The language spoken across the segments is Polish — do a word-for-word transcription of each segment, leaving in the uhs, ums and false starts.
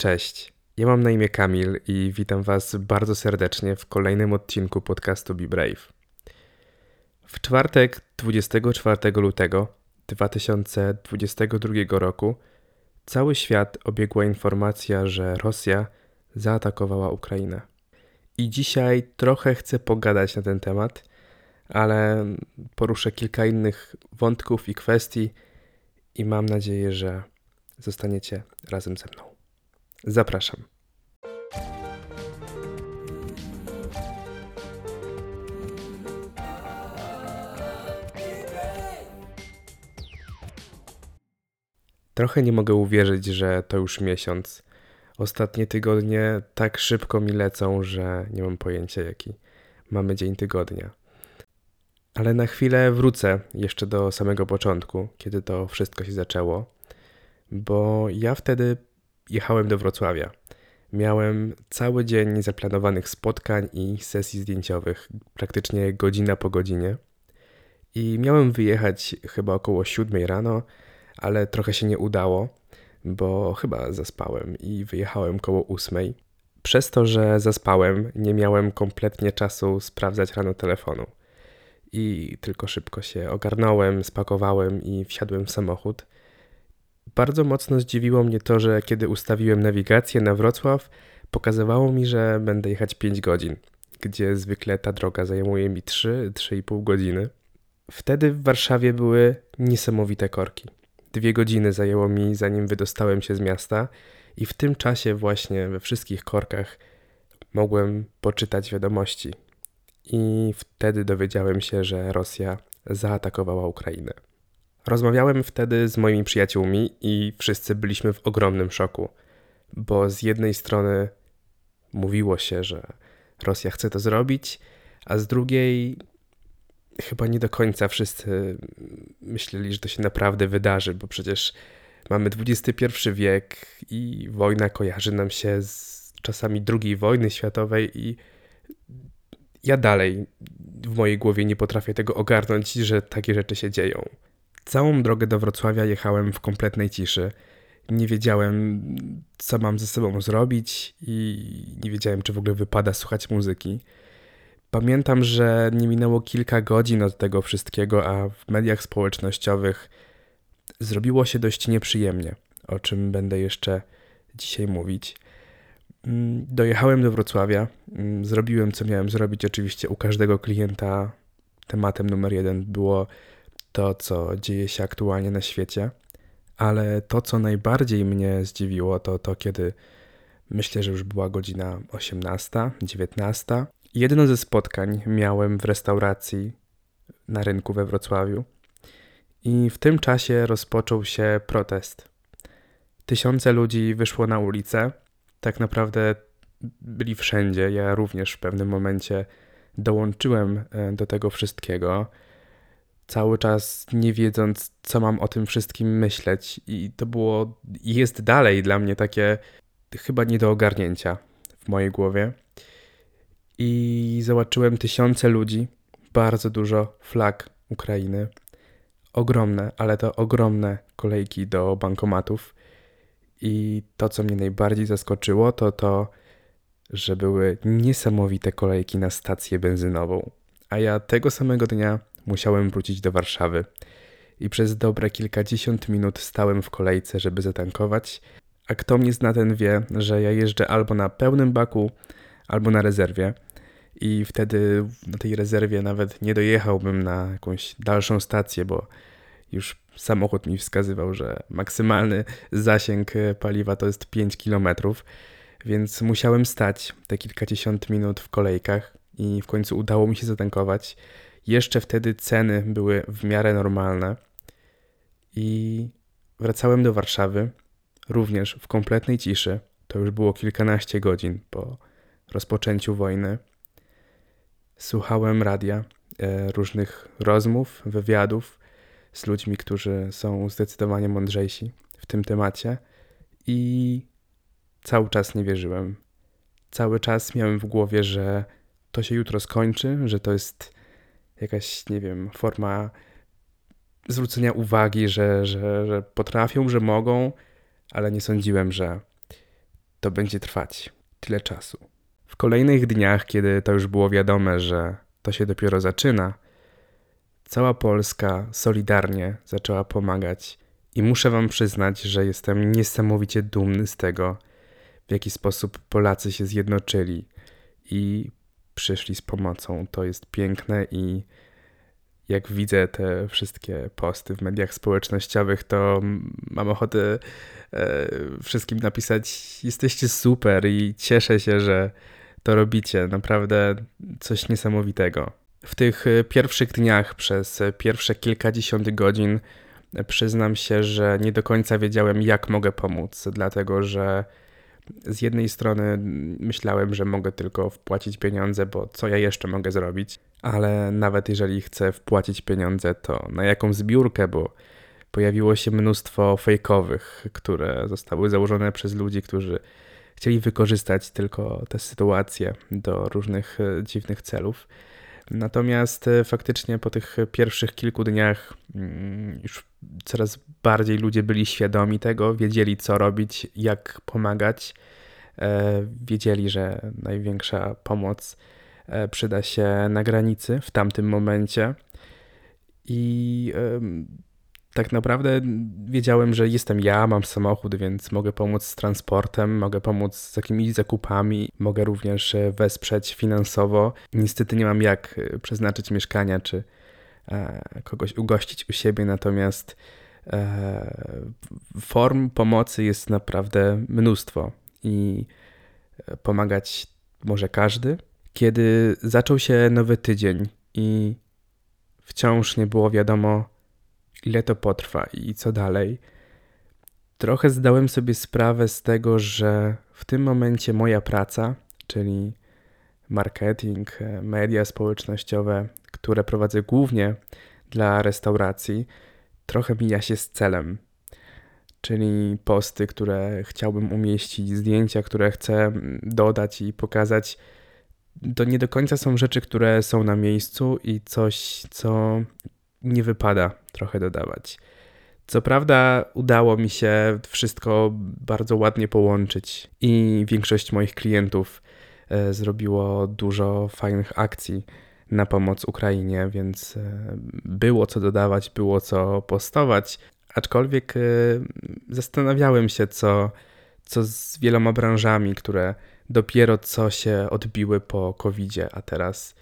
Cześć, ja mam na imię Kamil i witam Was bardzo serdecznie w kolejnym odcinku podcastu Be Brave. W czwartek dwudziestego czwartego lutego dwa tysiące dwudziestego drugiego roku cały świat obiegła informacja, że Rosja zaatakowała Ukrainę. I dzisiaj trochę chcę pogadać na ten temat, ale poruszę kilka innych wątków i kwestii i mam nadzieję, że zostaniecie razem ze mną. Zapraszam. Trochę nie mogę uwierzyć, że to już miesiąc. Ostatnie tygodnie tak szybko mi lecą, że nie mam pojęcia, jaki mamy dzień tygodnia. Ale na chwilę wrócę jeszcze do samego początku, kiedy to wszystko się zaczęło, bo ja wtedy jechałem do Wrocławia. Miałem cały dzień zaplanowanych spotkań i sesji zdjęciowych, praktycznie godzina po godzinie. I miałem wyjechać chyba około siódmej rano, ale trochę się nie udało, bo chyba zaspałem i wyjechałem koło ósmej. Przez to, że zaspałem, nie miałem kompletnie czasu sprawdzać rano telefonu. I tylko szybko się ogarnąłem, spakowałem i wsiadłem w samochód. Bardzo mocno zdziwiło mnie to, że kiedy ustawiłem nawigację na Wrocław, pokazywało mi, że będę jechać pięć godzin, gdzie zwykle ta droga zajmuje mi trzy do trzech i pół godziny. Wtedy w Warszawie były niesamowite korki. Dwie godziny zajęło mi, zanim wydostałem się z miasta i w tym czasie właśnie we wszystkich korkach mogłem poczytać wiadomości. I wtedy dowiedziałem się, że Rosja zaatakowała Ukrainę. Rozmawiałem wtedy z moimi przyjaciółmi i wszyscy byliśmy w ogromnym szoku, bo z jednej strony mówiło się, że Rosja chce to zrobić, a z drugiej chyba nie do końca wszyscy myśleli, że to się naprawdę wydarzy, bo przecież mamy dwudziesty pierwszy wiek i wojna kojarzy nam się z czasami drugiej wojny światowej i ja dalej w mojej głowie nie potrafię tego ogarnąć, że takie rzeczy się dzieją. Całą drogę do Wrocławia jechałem w kompletnej ciszy. Nie wiedziałem, co mam ze sobą zrobić i nie wiedziałem, czy w ogóle wypada słuchać muzyki. Pamiętam, że nie minęło kilka godzin od tego wszystkiego, a w mediach społecznościowych zrobiło się dość nieprzyjemnie, o czym będę jeszcze dzisiaj mówić. Dojechałem do Wrocławia, zrobiłem, co miałem zrobić. Oczywiście u każdego klienta tematem numer jeden było to, co dzieje się aktualnie na świecie, ale to, co najbardziej mnie zdziwiło, to to, kiedy myślę, że już była godzina osiemnasta, dziewiętnasta. Jedno ze spotkań miałem w restauracji na rynku we Wrocławiu i w tym czasie rozpoczął się protest. Tysiące ludzi wyszło na ulicę, tak naprawdę byli wszędzie, ja również w pewnym momencie dołączyłem do tego wszystkiego, cały czas nie wiedząc, co mam o tym wszystkim myśleć i to było, jest dalej dla mnie takie chyba nie do ogarnięcia w mojej głowie. I zobaczyłem tysiące ludzi, bardzo dużo flag Ukrainy, ogromne, ale to ogromne kolejki do bankomatów i to, co mnie najbardziej zaskoczyło, to to, że były niesamowite kolejki na stację benzynową, a ja tego samego dnia musiałem wrócić do Warszawy i przez dobre kilkadziesiąt minut stałem w kolejce, żeby zatankować, a kto mnie zna, ten wie, że ja jeżdżę albo na pełnym baku, albo na rezerwie i wtedy na tej rezerwie nawet nie dojechałbym na jakąś dalszą stację, bo już samochód mi wskazywał, że maksymalny zasięg paliwa to jest pięć kilometrów, więc musiałem stać te kilkadziesiąt minut w kolejkach i w końcu udało mi się zatankować. Jeszcze wtedy ceny były w miarę normalne i wracałem do Warszawy również w kompletnej ciszy. To już było kilkanaście godzin po rozpoczęciu wojny. Słuchałem radia, e, różnych rozmów, wywiadów z ludźmi, którzy są zdecydowanie mądrzejsi w tym temacie i cały czas nie wierzyłem. Cały czas miałem w głowie, że to się jutro skończy, że to jest jakaś, nie wiem, forma zwrócenia uwagi, że, że, że potrafią, że mogą, ale nie sądziłem, że to będzie trwać tyle czasu. W kolejnych dniach, kiedy to już było wiadome, że to się dopiero zaczyna, cała Polska solidarnie zaczęła pomagać i muszę wam przyznać, że jestem niesamowicie dumny z tego, w jaki sposób Polacy się zjednoczyli i przyszli z pomocą. To jest piękne i jak widzę te wszystkie posty w mediach społecznościowych, to mam ochotę e, wszystkim napisać: jesteście super i cieszę się, że to robicie. Naprawdę coś niesamowitego. W tych pierwszych dniach, przez pierwsze kilkadziesiąt godzin przyznam się, że nie do końca wiedziałem, jak mogę pomóc, dlatego że z jednej strony myślałem, że mogę tylko wpłacić pieniądze, bo co ja jeszcze mogę zrobić, ale nawet jeżeli chcę wpłacić pieniądze, to na jaką zbiórkę, bo pojawiło się mnóstwo fejkowych, które zostały założone przez ludzi, którzy chcieli wykorzystać tylko tę sytuację do różnych dziwnych celów. Natomiast faktycznie po tych pierwszych kilku dniach już coraz bardziej ludzie byli świadomi tego, wiedzieli co robić, jak pomagać. Wiedzieli, że największa pomoc przyda się na granicy w tamtym momencie i tak naprawdę wiedziałem, że jestem ja, mam samochód, więc mogę pomóc z transportem, mogę pomóc z jakimiś zakupami, mogę również wesprzeć finansowo. Niestety nie mam jak przeznaczyć mieszkania czy kogoś ugościć u siebie, natomiast form pomocy jest naprawdę mnóstwo i pomagać może każdy. Kiedy zaczął się nowy tydzień i wciąż nie było wiadomo, ile to potrwa i co dalej, trochę zdałem sobie sprawę z tego, że w tym momencie moja praca, czyli marketing, media społecznościowe, które prowadzę głównie dla restauracji, trochę mija się z celem. Czyli posty, które chciałbym umieścić, zdjęcia, które chcę dodać i pokazać, to nie do końca są rzeczy, które są na miejscu i coś, co nie wypada trochę dodawać. Co prawda udało mi się wszystko bardzo ładnie połączyć i większość moich klientów e, zrobiło dużo fajnych akcji na pomoc Ukrainie, więc e, było co dodawać, było co postować, aczkolwiek e, zastanawiałem się, co, co z wieloma branżami, które dopiero co się odbiły po kowidzie, a teraz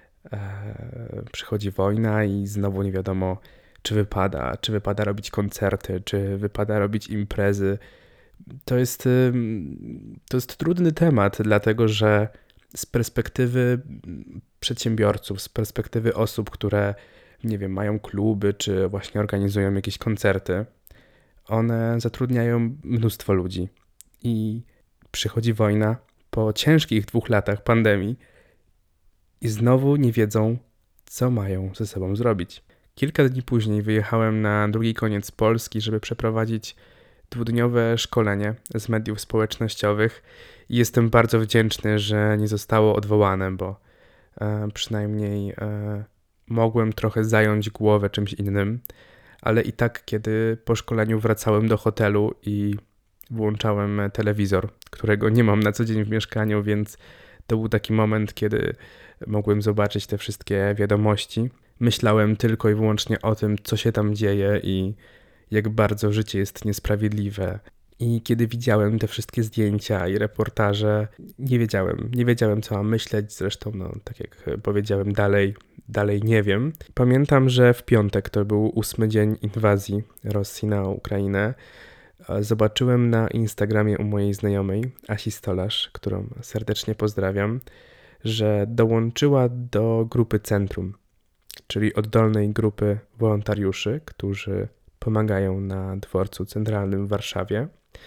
e, przychodzi wojna i znowu nie wiadomo, czy wypada, czy wypada robić koncerty, czy wypada robić imprezy. To jest, to jest trudny temat, dlatego że z perspektywy przedsiębiorców, z perspektywy osób, które, nie wiem, mają kluby, czy właśnie organizują jakieś koncerty, one zatrudniają mnóstwo ludzi. I przychodzi wojna po ciężkich dwóch latach pandemii i znowu nie wiedzą, co mają ze sobą zrobić. Kilka dni później wyjechałem na drugi koniec Polski, żeby przeprowadzić dwudniowe szkolenie z mediów społecznościowych i jestem bardzo wdzięczny, że nie zostało odwołane, bo e, przynajmniej e, mogłem trochę zająć głowę czymś innym, ale i tak, kiedy po szkoleniu wracałem do hotelu i włączałem telewizor, którego nie mam na co dzień w mieszkaniu, więc to był taki moment, kiedy mogłem zobaczyć te wszystkie wiadomości. Myślałem tylko i wyłącznie o tym, co się tam dzieje i jak bardzo życie jest niesprawiedliwe. I kiedy widziałem te wszystkie zdjęcia i reportaże, nie wiedziałem, nie wiedziałem co mam myśleć, zresztą no, tak jak powiedziałem dalej, dalej nie wiem. Pamiętam, że w piątek, to był ósmy dzień inwazji Rosji na Ukrainę, zobaczyłem na Instagramie u mojej znajomej, Asi Stolarz, którą serdecznie pozdrawiam, że dołączyła do grupy Centrum, czyli oddolnej grupy wolontariuszy, którzy pomagają na dworcu centralnym w Warszawie.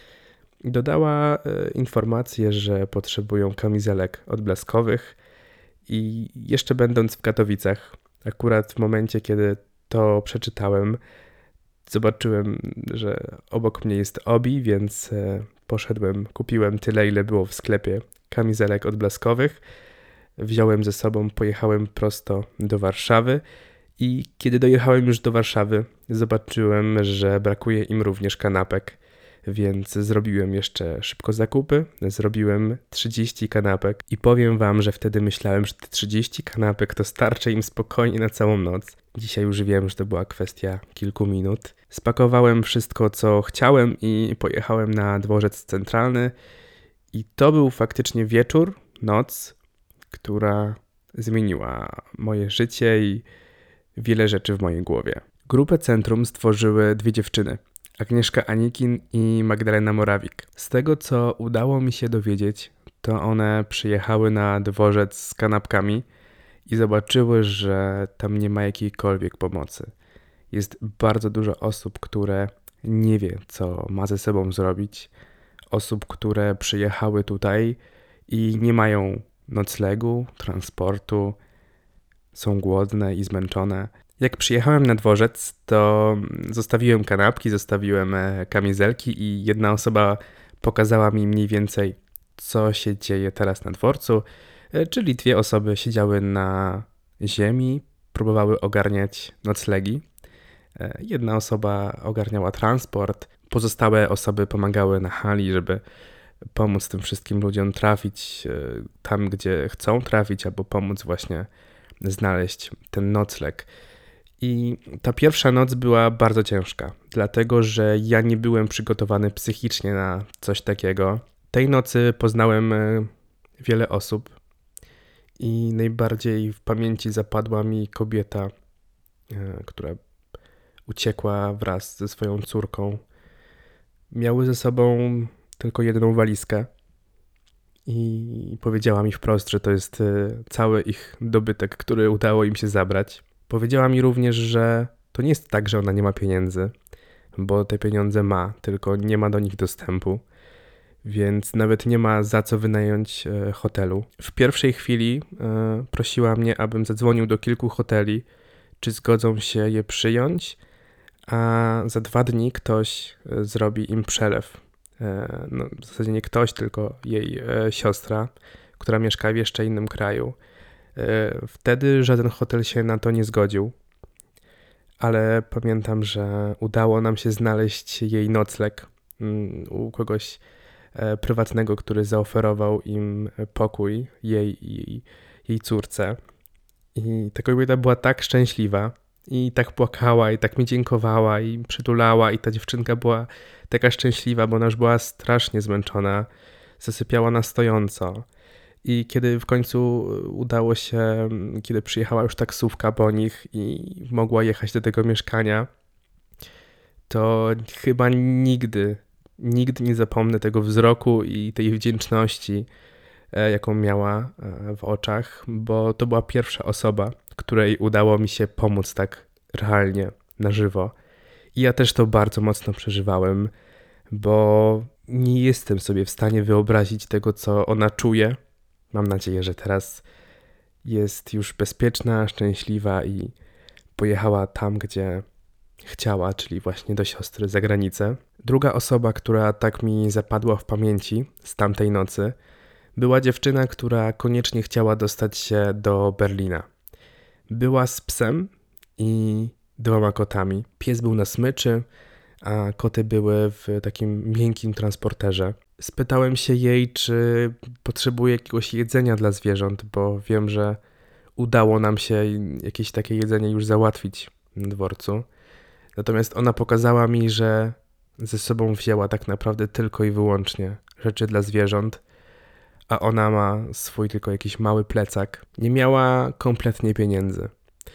Dodała e, informację, że potrzebują kamizelek odblaskowych i jeszcze będąc w Katowicach, akurat w momencie, kiedy to przeczytałem, zobaczyłem, że obok mnie jest Obi, więc e, poszedłem, kupiłem tyle, ile było w sklepie kamizelek odblaskowych. Wziąłem ze sobą, pojechałem prosto do Warszawy i kiedy dojechałem już do Warszawy, zobaczyłem, że brakuje im również kanapek, więc zrobiłem jeszcze szybko zakupy, zrobiłem trzydzieści kanapek i powiem wam, że wtedy myślałem, że te trzydzieści kanapek to starczy im spokojnie na całą noc. Dzisiaj już wiem, że to była kwestia kilku minut. Spakowałem wszystko, co chciałem i pojechałem na dworzec centralny i to był faktycznie wieczór, noc, która zmieniła moje życie i wiele rzeczy w mojej głowie. Grupę Centrum stworzyły dwie dziewczyny, Agnieszka Anikin i Magdalena Morawik. Z tego, co udało mi się dowiedzieć, to one przyjechały na dworzec z kanapkami i zobaczyły, że tam nie ma jakiejkolwiek pomocy. Jest bardzo dużo osób, które nie wie, co ma ze sobą zrobić. Osób, które przyjechały tutaj i nie mają noclegu, transportu, są głodne i zmęczone. Jak przyjechałem na dworzec, to zostawiłem kanapki, zostawiłem kamizelki i jedna osoba pokazała mi mniej więcej, co się dzieje teraz na dworcu, czyli dwie osoby siedziały na ziemi, próbowały ogarniać noclegi. Jedna osoba ogarniała transport, pozostałe osoby pomagały na hali, żeby pomóc tym wszystkim ludziom trafić tam, gdzie chcą trafić, albo pomóc właśnie znaleźć ten nocleg. I ta pierwsza noc była bardzo ciężka, dlatego że ja nie byłem przygotowany psychicznie na coś takiego. Tej nocy poznałem wiele osób i najbardziej w pamięci zapadła mi kobieta, która uciekła wraz ze swoją córką. Miały ze sobą tylko jedną walizkę i powiedziała mi wprost, że to jest cały ich dobytek, który udało im się zabrać. Powiedziała mi również, że to nie jest tak, że ona nie ma pieniędzy, bo te pieniądze ma, tylko nie ma do nich dostępu, więc nawet nie ma za co wynająć hotelu. W pierwszej chwili prosiła mnie, abym zadzwonił do kilku hoteli, czy zgodzą się je przyjąć, a za dwa dni ktoś zrobi im przelew. No, w zasadzie nie ktoś, tylko jej siostra, która mieszka w jeszcze innym kraju. Wtedy żaden hotel się na to nie zgodził, ale pamiętam, że udało nam się znaleźć jej nocleg u kogoś prywatnego, który zaoferował im pokój, jej i jej córce. I ta kobieta była tak szczęśliwa i tak płakała i tak mi dziękowała i przytulała i ta dziewczynka była taka szczęśliwa, bo ona już była strasznie zmęczona, zasypiała na stojąco. I kiedy w końcu udało się, kiedy przyjechała już taksówka po nich i mogła jechać do tego mieszkania, to chyba nigdy, nigdy nie zapomnę tego wzroku i tej wdzięczności, jaką miała w oczach, bo to była pierwsza osoba, której udało mi się pomóc tak realnie, na żywo. I ja też to bardzo mocno przeżywałem, bo nie jestem sobie w stanie wyobrazić tego, co ona czuje. Mam nadzieję, że teraz jest już bezpieczna, szczęśliwa i pojechała tam, gdzie chciała, czyli właśnie do siostry za granicę. Druga osoba, która tak mi zapadła w pamięci z tamtej nocy, była dziewczyna, która koniecznie chciała dostać się do Berlina. Była z psem i dwoma kotami. Pies był na smyczy, a koty były w takim miękkim transporterze. Spytałem się jej, czy potrzebuje jakiegoś jedzenia dla zwierząt, bo wiem, że udało nam się jakieś takie jedzenie już załatwić na dworcu. Natomiast ona pokazała mi, że ze sobą wzięła tak naprawdę tylko i wyłącznie rzeczy dla zwierząt, a ona ma swój tylko jakiś mały plecak. Nie miała kompletnie pieniędzy.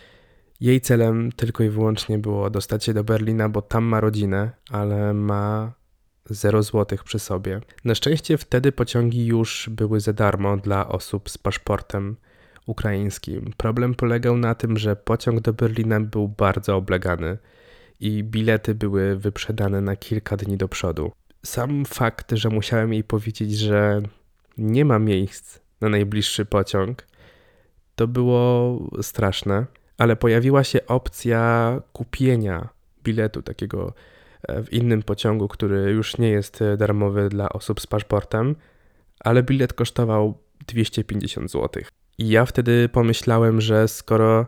Jej celem tylko i wyłącznie było dostać się do Berlina, bo tam ma rodzinę, ale ma zero złotych przy sobie. Na szczęście wtedy pociągi już były za darmo dla osób z paszportem ukraińskim. Problem polegał na tym, że pociąg do Berlina był bardzo oblegany i bilety były wyprzedane na kilka dni do przodu. Sam fakt, że musiałem jej powiedzieć, że nie ma miejsc na najbliższy pociąg, to było straszne, ale pojawiła się opcja kupienia biletu takiego w innym pociągu, który już nie jest darmowy dla osób z paszportem, ale bilet kosztował dwieście pięćdziesiąt złotych. I ja wtedy pomyślałem, że skoro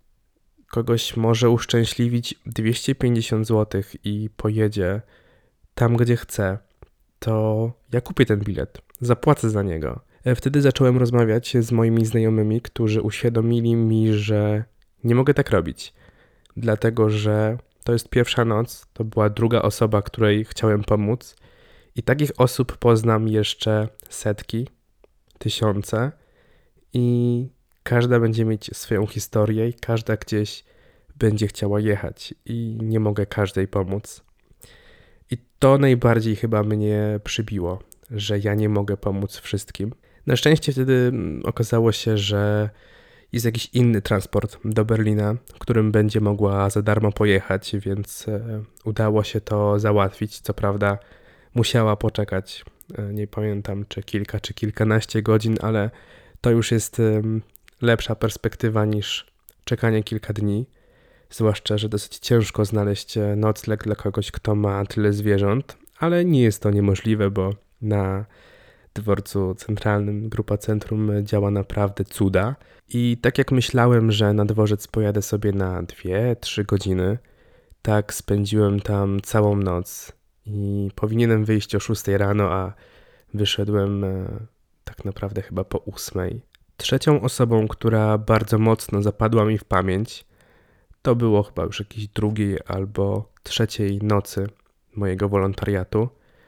kogoś może uszczęśliwić dwieście pięćdziesiąt złotych i pojedzie tam, gdzie chcę, to ja kupię ten bilet, zapłacę za niego. Wtedy zacząłem rozmawiać z moimi znajomymi, którzy uświadomili mi, że nie mogę tak robić, dlatego że to jest pierwsza noc, to była druga osoba, której chciałem pomóc i takich osób poznam jeszcze setki, tysiące i każda będzie mieć swoją historię i każda gdzieś będzie chciała jechać i nie mogę każdej pomóc. I to najbardziej chyba mnie przybiło, że ja nie mogę pomóc wszystkim. Na szczęście wtedy okazało się, że jest jakiś inny transport do Berlina, którym będzie mogła za darmo pojechać, więc udało się to załatwić. Co prawda musiała poczekać, nie pamiętam czy kilka, czy kilkanaście godzin, ale to już jest lepsza perspektywa niż czekanie kilka dni. Zwłaszcza, że dosyć ciężko znaleźć nocleg dla kogoś, kto ma tyle zwierząt, ale nie jest to niemożliwe, bo na dworcu centralnym Grupa Centrum działa naprawdę cuda. I tak jak myślałem, że na dworzec pojadę sobie na dwie trzy godziny, tak spędziłem tam całą noc i powinienem wyjść o szóstej rano, a wyszedłem tak naprawdę chyba po ósmej. Trzecią osobą, która bardzo mocno zapadła mi w pamięć, to było chyba już jakiejś drugiej albo trzeciej nocy mojego wolontariatu.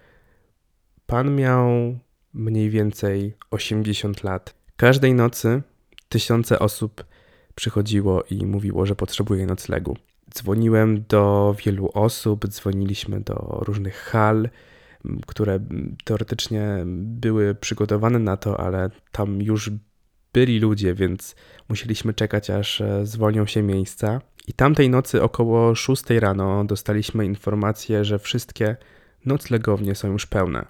Pan miał mniej więcej osiemdziesiąt lat. Każdej nocy tysiące osób przychodziło i mówiło, że potrzebuje noclegu. Dzwoniłem do wielu osób, dzwoniliśmy do różnych hal, które teoretycznie były przygotowane na to, ale tam już byli ludzie, więc musieliśmy czekać, aż zwolnią się miejsca. I tamtej nocy około szóstej rano dostaliśmy informację, że wszystkie noclegownie są już pełne.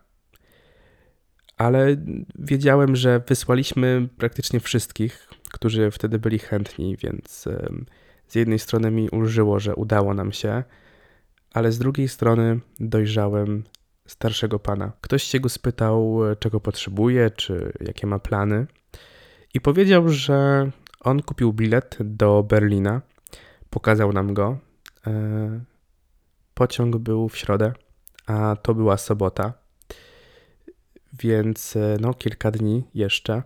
Ale wiedziałem, że wysłaliśmy praktycznie wszystkich, którzy wtedy byli chętni, więc z jednej strony mi ulżyło, że udało nam się, ale z drugiej strony dojrzałem starszego pana. Ktoś się go spytał, czego potrzebuje, czy jakie ma plany i powiedział, że on kupił bilet do Berlina, pokazał nam go. Pociąg był w środę, a to była sobota, więc no kilka dni jeszcze.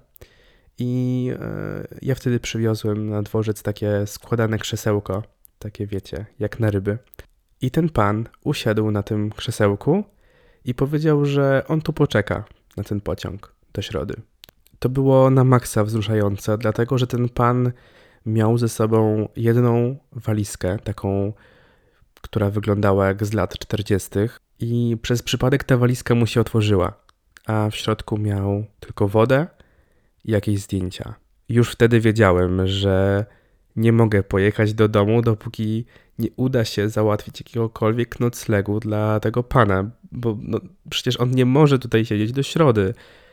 I ja wtedy przywiozłem na dworzec takie składane krzesełko, takie wiecie, jak na ryby. I ten pan usiadł na tym krzesełku i powiedział, że on tu poczeka na ten pociąg do Środy. To było na maksa wzruszające, dlatego że ten pan miał ze sobą jedną walizkę, taką, która wyglądała jak z lat czterdziestych i przez przypadek ta walizka mu się otworzyła, a w środku miał tylko wodę i jakieś zdjęcia. Już wtedy wiedziałem, że nie mogę pojechać do domu, dopóki nie uda się załatwić jakiegokolwiek noclegu dla tego pana, bo no, przecież on nie może tutaj siedzieć do Środy,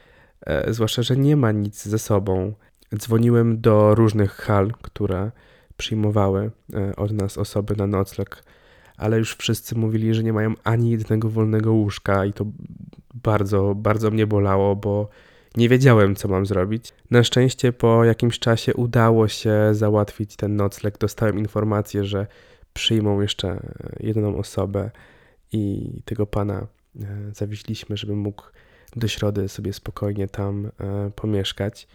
e, zwłaszcza, że nie ma nic ze sobą. Dzwoniłem do różnych hal, które przyjmowały e, od nas osoby na nocleg, ale już wszyscy mówili, że nie mają ani jednego wolnego łóżka i to bardzo, bardzo mnie bolało, bo nie wiedziałem, co mam zrobić. Na szczęście po jakimś czasie udało się załatwić ten nocleg. Dostałem informację, że przyjmą jeszcze jedną osobę i tego pana zawieźliśmy, żeby mógł do Środy sobie spokojnie tam pomieszkać.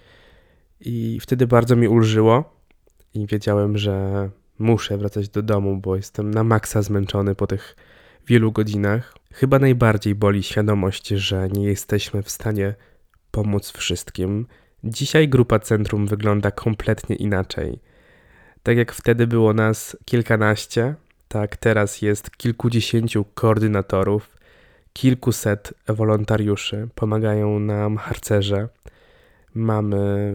I wtedy bardzo mi ulżyło i wiedziałem, że muszę wracać do domu, bo jestem na maksa zmęczony po tych wielu godzinach. Chyba najbardziej boli świadomość, że nie jesteśmy w stanie pomóc wszystkim. Dzisiaj Grupa Centrum wygląda kompletnie inaczej. Tak jak wtedy było nas kilkanaście, tak teraz jest kilkudziesięciu koordynatorów, kilkuset wolontariuszy, pomagają nam harcerze. Mamy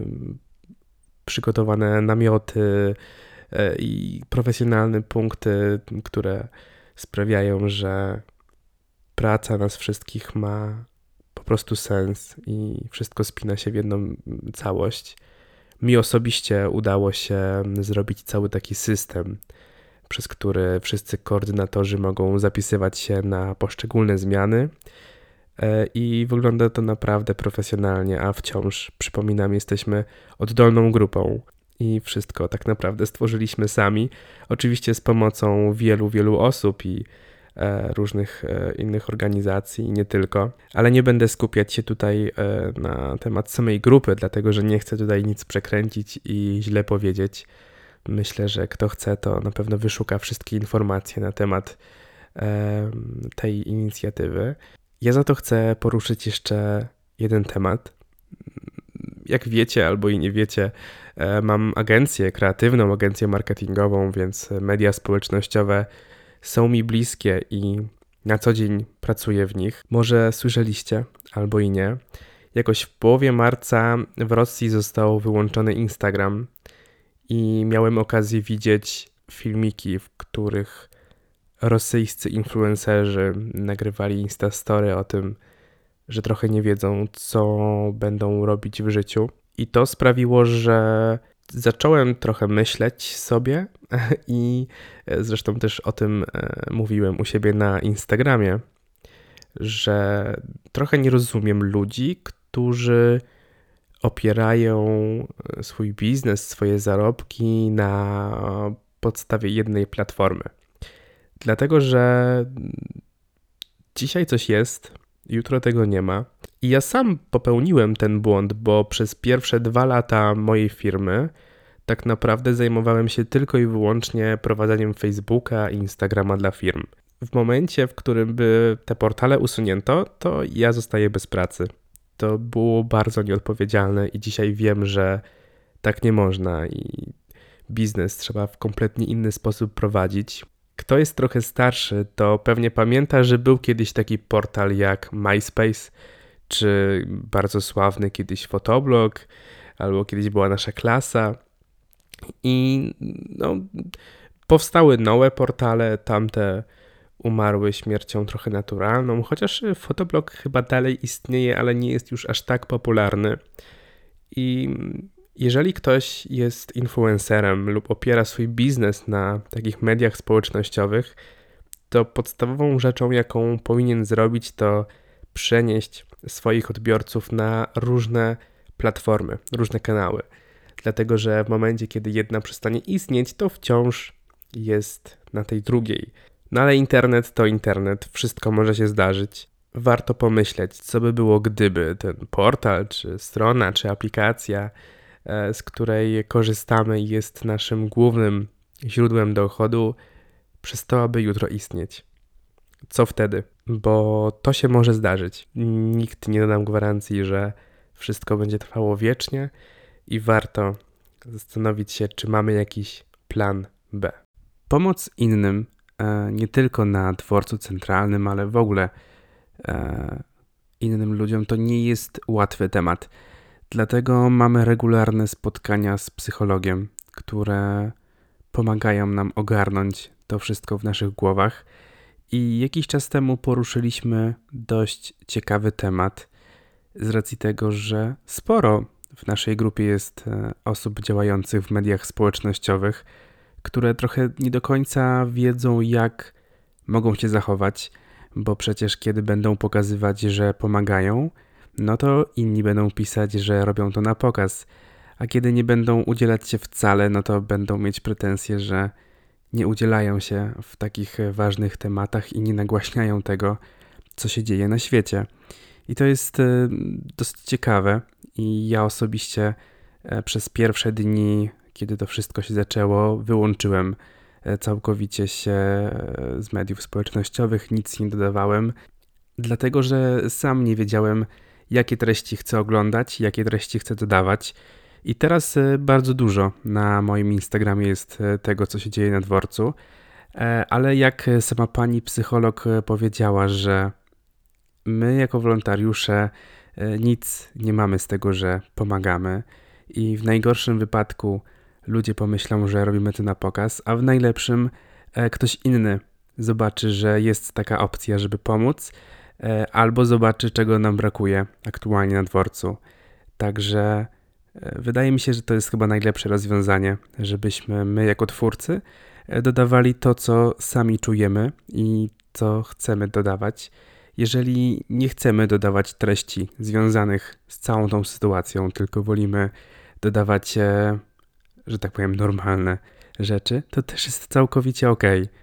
przygotowane namioty i profesjonalne punkty, które sprawiają, że praca nas wszystkich ma po prostu sens i wszystko spina się w jedną całość. Mi osobiście udało się zrobić cały taki system, przez który wszyscy koordynatorzy mogą zapisywać się na poszczególne zmiany i wygląda to naprawdę profesjonalnie, a wciąż, przypominam, jesteśmy oddolną grupą i wszystko tak naprawdę stworzyliśmy sami. Oczywiście z pomocą wielu, wielu osób i różnych innych organizacji i nie tylko. Ale nie będę skupiać się tutaj na temat samej grupy, dlatego że nie chcę tutaj nic przekręcić i źle powiedzieć. Myślę, że kto chce, to na pewno wyszuka wszystkie informacje na temat tej inicjatywy. Ja za to chcę poruszyć jeszcze jeden temat. Jak wiecie albo i nie wiecie, mam agencję kreatywną, agencję marketingową, więc media społecznościowe są mi bliskie i na co dzień pracuję w nich. Może słyszeliście albo i nie. Jakoś w połowie marca w Rosji został wyłączony Instagram i miałem okazję widzieć filmiki, w których rosyjscy influencerzy nagrywali instastory o tym, że trochę nie wiedzą, co będą robić w życiu. I to sprawiło, że zacząłem trochę myśleć sobie i zresztą też o tym mówiłem u siebie na Instagramie, że trochę nie rozumiem ludzi, którzy opierają swój biznes, swoje zarobki na podstawie jednej platformy. Dlatego, że dzisiaj coś jest, jutro tego nie ma. I ja sam popełniłem ten błąd, bo przez pierwsze dwa lata mojej firmy tak naprawdę zajmowałem się tylko i wyłącznie prowadzeniem Facebooka i Instagrama dla firm. W momencie, w którym by te portale usunięto, to ja zostaję bez pracy. To było bardzo nieodpowiedzialne i dzisiaj wiem, że tak nie można i biznes trzeba w kompletnie inny sposób prowadzić. Kto jest trochę starszy, to pewnie pamięta, że był kiedyś taki portal jak MySpace, czy bardzo sławny kiedyś Fotoblog, albo kiedyś była Nasza Klasa. I no, powstały nowe portale, tamte umarły śmiercią trochę naturalną, chociaż Fotoblog chyba dalej istnieje, ale nie jest już aż tak popularny. I jeżeli ktoś jest influencerem lub opiera swój biznes na takich mediach społecznościowych, to podstawową rzeczą, jaką powinien zrobić, to przenieść swoich odbiorców na różne platformy, różne kanały. Dlatego, że w momencie, kiedy jedna przestanie istnieć, to wciąż jest na tej drugiej. No ale internet to internet, wszystko może się zdarzyć. Warto pomyśleć, co by było, gdyby ten portal, czy strona, czy aplikacja, z której korzystamy i jest naszym głównym źródłem dochodu, przestałaby jutro istnieć. Co wtedy? Bo to się może zdarzyć. Nikt nie da nam gwarancji, że wszystko będzie trwało wiecznie i warto zastanowić się, czy mamy jakiś plan B. Pomoc innym, nie tylko na dworcu centralnym, ale w ogóle innym ludziom, to nie jest łatwy temat. Dlatego mamy regularne spotkania z psychologiem, które pomagają nam ogarnąć to wszystko w naszych głowach. I jakiś czas temu poruszyliśmy dość ciekawy temat z racji tego, że sporo w naszej grupie jest osób działających w mediach społecznościowych, które trochę nie do końca wiedzą, jak mogą się zachować, bo przecież kiedy będą pokazywać, że pomagają, no to inni będą pisać, że robią to na pokaz, a kiedy nie będą udzielać się wcale, no to będą mieć pretensje, że nie udzielają się w takich ważnych tematach i nie nagłaśniają tego, co się dzieje na świecie. I to jest dosyć ciekawe i ja osobiście przez pierwsze dni, kiedy to wszystko się zaczęło, wyłączyłem całkowicie się z mediów społecznościowych, nic nie dodawałem, dlatego że sam nie wiedziałem, jakie treści chcę oglądać, jakie treści chcę dodawać. I teraz bardzo dużo na moim Instagramie jest tego, co się dzieje na dworcu, ale jak sama pani psycholog powiedziała, że my jako wolontariusze nic nie mamy z tego, że pomagamy i w najgorszym wypadku ludzie pomyślą, że robimy to na pokaz, a w najlepszym ktoś inny zobaczy, że jest taka opcja, żeby pomóc, albo zobaczy, czego nam brakuje aktualnie na dworcu. Także wydaje mi się, że to jest chyba najlepsze rozwiązanie, żebyśmy my jako twórcy dodawali to, co sami czujemy i co chcemy dodawać. Jeżeli nie chcemy dodawać treści związanych z całą tą sytuacją, tylko wolimy dodawać, że tak powiem, normalne rzeczy, to też jest całkowicie okej,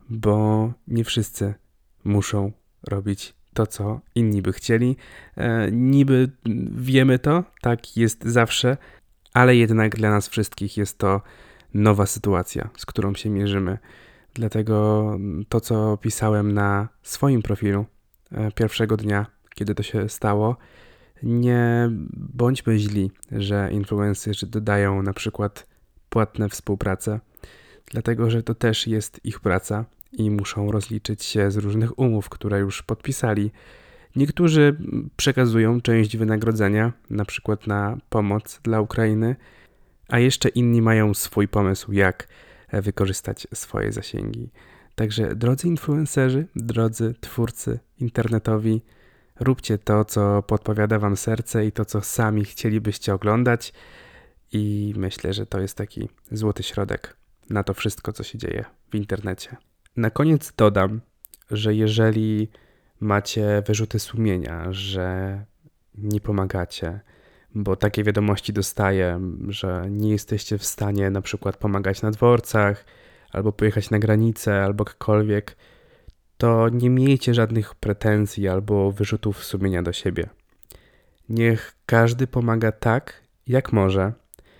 bo nie wszyscy muszą robić to, co inni by chcieli. E, niby wiemy to, tak jest zawsze, ale jednak dla nas wszystkich jest to nowa sytuacja, z którą się mierzymy. Dlatego to, co pisałem na swoim profilu e, pierwszego dnia, kiedy to się stało, nie bądźmy źli, że influencerzy dodają na przykład płatne współprace, dlatego że to też jest ich praca i muszą rozliczyć się z różnych umów, które już podpisali. Niektórzy przekazują część wynagrodzenia, na przykład na pomoc dla Ukrainy, a jeszcze inni mają swój pomysł, jak wykorzystać swoje zasięgi. Także drodzy influencerzy, drodzy twórcy internetowi, róbcie to, co podpowiada wam serce i to, co sami chcielibyście oglądać i myślę, że to jest taki złoty środek na to wszystko, co się dzieje w internecie. Na koniec dodam, że jeżeli macie wyrzuty sumienia, że nie pomagacie, bo takie wiadomości dostaję, że nie jesteście w stanie na przykład pomagać na dworcach, albo pojechać na granicę, albo jakkolwiek, to nie miejcie żadnych pretensji albo wyrzutów sumienia do siebie. Niech każdy pomaga tak, jak może.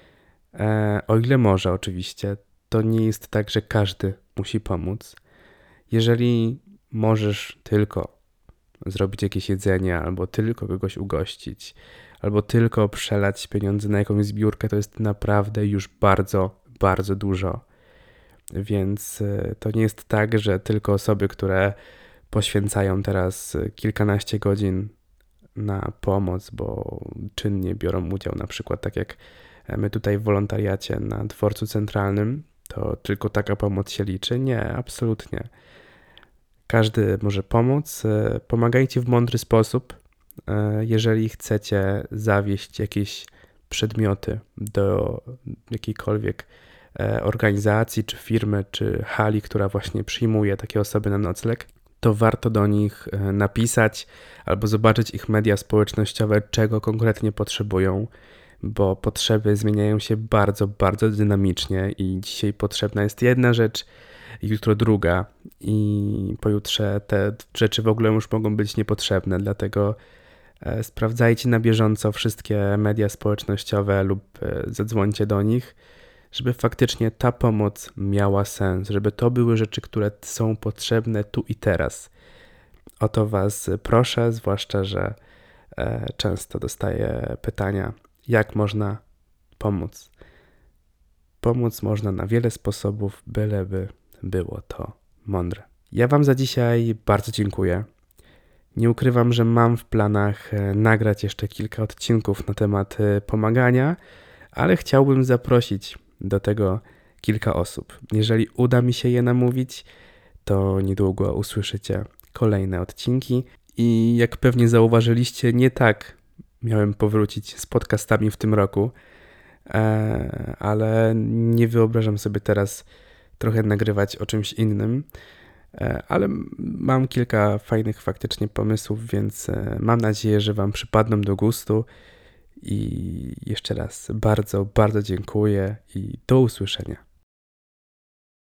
E, o ile może oczywiście. To nie jest tak, że każdy musi pomóc. Jeżeli możesz tylko zrobić jakieś jedzenie, albo tylko kogoś ugościć, albo tylko przelać pieniądze na jakąś zbiórkę, to jest naprawdę już bardzo, bardzo dużo. Więc to nie jest tak, że tylko osoby, które poświęcają teraz kilkanaście godzin na pomoc, bo czynnie biorą udział, na przykład tak jak my tutaj w wolontariacie na dworcu centralnym, to tylko taka pomoc się liczy. Nie, absolutnie. Każdy może pomóc. Pomagajcie w mądry sposób. Jeżeli chcecie zawieźć jakieś przedmioty do jakiejkolwiek organizacji, czy firmy, czy hali, która właśnie przyjmuje takie osoby na nocleg, to warto do nich napisać albo zobaczyć ich media społecznościowe, czego konkretnie potrzebują, bo potrzeby zmieniają się bardzo, bardzo dynamicznie i dzisiaj potrzebna jest jedna rzecz, jutro druga i pojutrze te rzeczy w ogóle już mogą być niepotrzebne, dlatego sprawdzajcie na bieżąco wszystkie media społecznościowe lub zadzwońcie do nich, żeby faktycznie ta pomoc miała sens, żeby to były rzeczy, które są potrzebne tu i teraz. O to was proszę, zwłaszcza, że e, często dostaję pytania, jak można pomóc. Pomóc można na wiele sposobów, byleby było to mądre. Ja wam za dzisiaj bardzo dziękuję. Nie ukrywam, że mam w planach nagrać jeszcze kilka odcinków na temat pomagania, ale chciałbym zaprosić do tego kilka osób. Jeżeli uda mi się je namówić, to niedługo usłyszycie kolejne odcinki i jak pewnie zauważyliście, nie tak miałem powrócić z podcastami w tym roku, ale nie wyobrażam sobie teraz trochę nagrywać o czymś innym, ale mam kilka fajnych faktycznie pomysłów, więc mam nadzieję, że wam przypadną do gustu. I jeszcze raz bardzo, bardzo dziękuję i do usłyszenia.